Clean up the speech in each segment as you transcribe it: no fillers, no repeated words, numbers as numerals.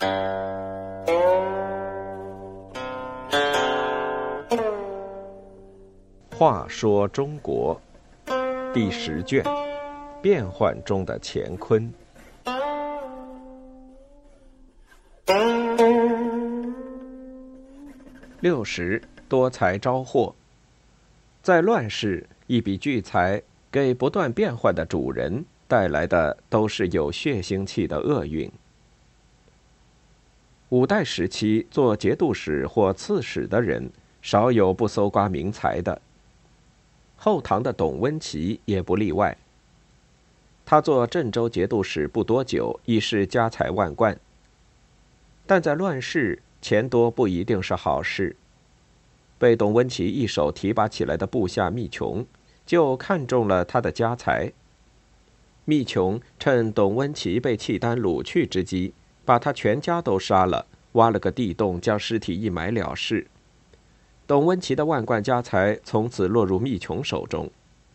话说中国第10卷，变幻中的乾坤。60多财招祸。在乱世，一笔巨财给不断变换的主人带来的都是有血腥气的厄运。五代时期做节度使或刺史的人，少有不搜刮名财的。后唐的董温琪也不例外。他做镇州节度使不多久，已是家财万贯。但在乱世，钱多不一定是好事。被董温琪一手提拔起来的部下密琼，就看中了他的家财。密琼趁董温琪被契丹掳去之机，把他全家都杀了，挖了个地洞，将尸体一埋了事。董温琪的万贯家财从此落入密琼手中。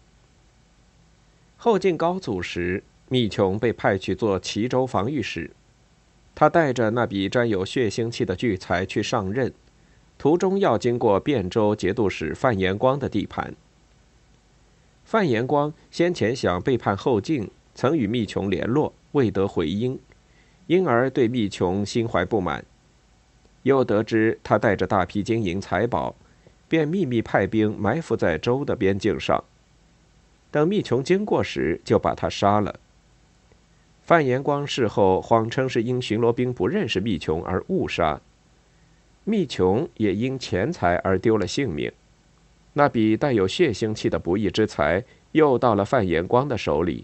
后晋高祖时，密琼被派去做齐州防御使，他带着那笔沾有血腥气的巨财去上任，途中要经过汴州节度使范延光的地盘。范延光先前想背叛后晋，曾与密琼联络，未得回音，因而对密琼心怀不满。又得知他带着大批金银财宝，便秘密派兵埋伏在州的边境上。等密琼经过时，就把他杀了。范延光事后谎称是因巡逻兵不认识密琼而误杀，密琼也因钱财而丢了性命。那笔带有血腥气的不义之财，又到了范延光的手里。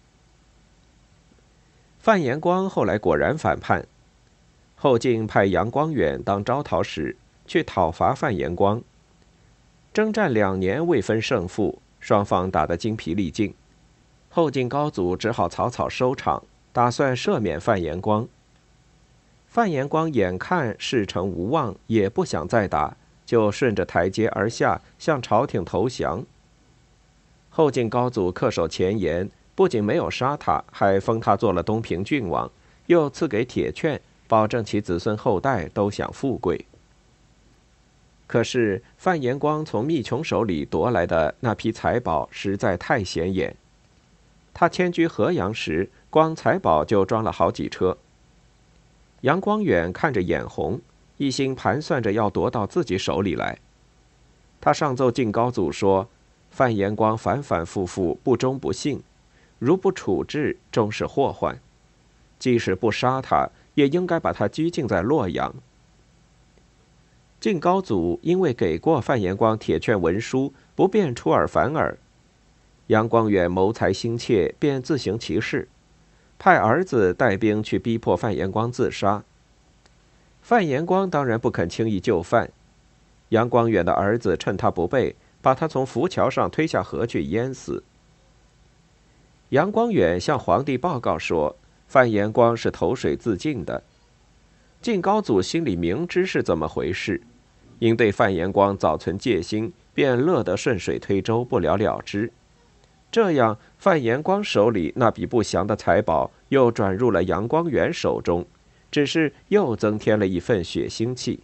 范延光后来果然反叛。后晋派杨光远当招讨使，去讨伐范延光。征战2年未分胜负，双方打得精疲力尽。后晋高祖只好草草收场，打算赦免范延光。范延光眼看事成无望，也不想再打，就顺着台阶而下，向朝廷投降。后晋高祖恪守前言，不仅没有杀他，还封他做了东平郡王，又赐给铁券，保证其子孙后代都享富贵。可是范延光从密琼手里夺来的那批财宝实在太显眼。他迁居河阳时，光财宝就装了好几车。杨光远看着眼红，一心盘算着要夺到自己手里来。他上奏晋高祖说，范延光反反复复，不忠不信，如不处置，终是祸患。即使不杀他，也应该把他拘禁在洛阳。晋高祖因为给过范延光铁券文书，不便出尔反尔。杨光远谋财心切，便自行其事，派儿子带兵去逼迫范延光自杀。范延光当然不肯轻易就范。杨光远的儿子趁他不备，把他从浮桥上推下河去淹死。杨光远向皇帝报告说，范延光是投水自尽的。晋高祖心里明知是怎么回事，因对范延光早存戒心，便乐得顺水推舟，不了了之。这样，范延光手里那笔不祥的财宝又转入了杨光远手中，只是又增添了一份血腥气。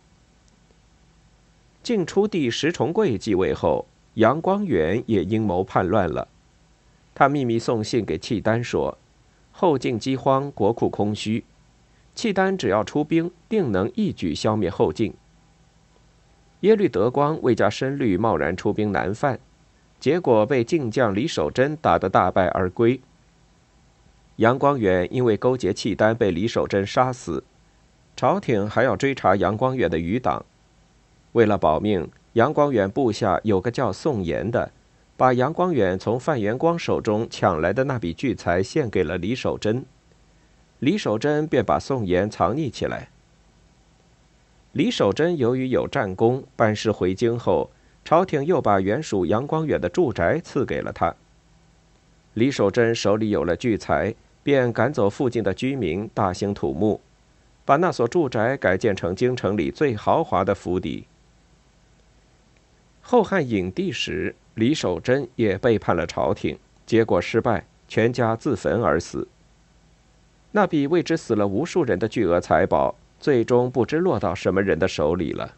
晋初帝石重贵继位后，杨光远也阴谋叛乱了。他秘密送信给契丹说，后晋饥荒，国库空虚，契丹只要出兵，定能一举消灭后晋。耶律德光为加深虑，贸然出兵南犯，结果被晋将李守贞打得大败而归。杨光远因为勾结契丹被李守贞杀死，朝廷还要追查杨光远的余党。为了保命，杨光远部下有个叫宋岩的，把杨光远从范延光手中抢来的那笔巨财献给了李守贞。李守贞便把宋岩藏匿起来。李守贞由于有战功，班师回京后，朝廷又把原属杨光远的住宅赐给了他。李守贞手里有了巨财，便赶走附近的居民，大兴土木，把那所住宅改建成京城里最豪华的府邸。后汉影帝时，李守贞也背叛了朝廷，结果失败，全家自焚而死。 那笔为之死了无数人的巨额财宝，最终不知落到什么人的手里了。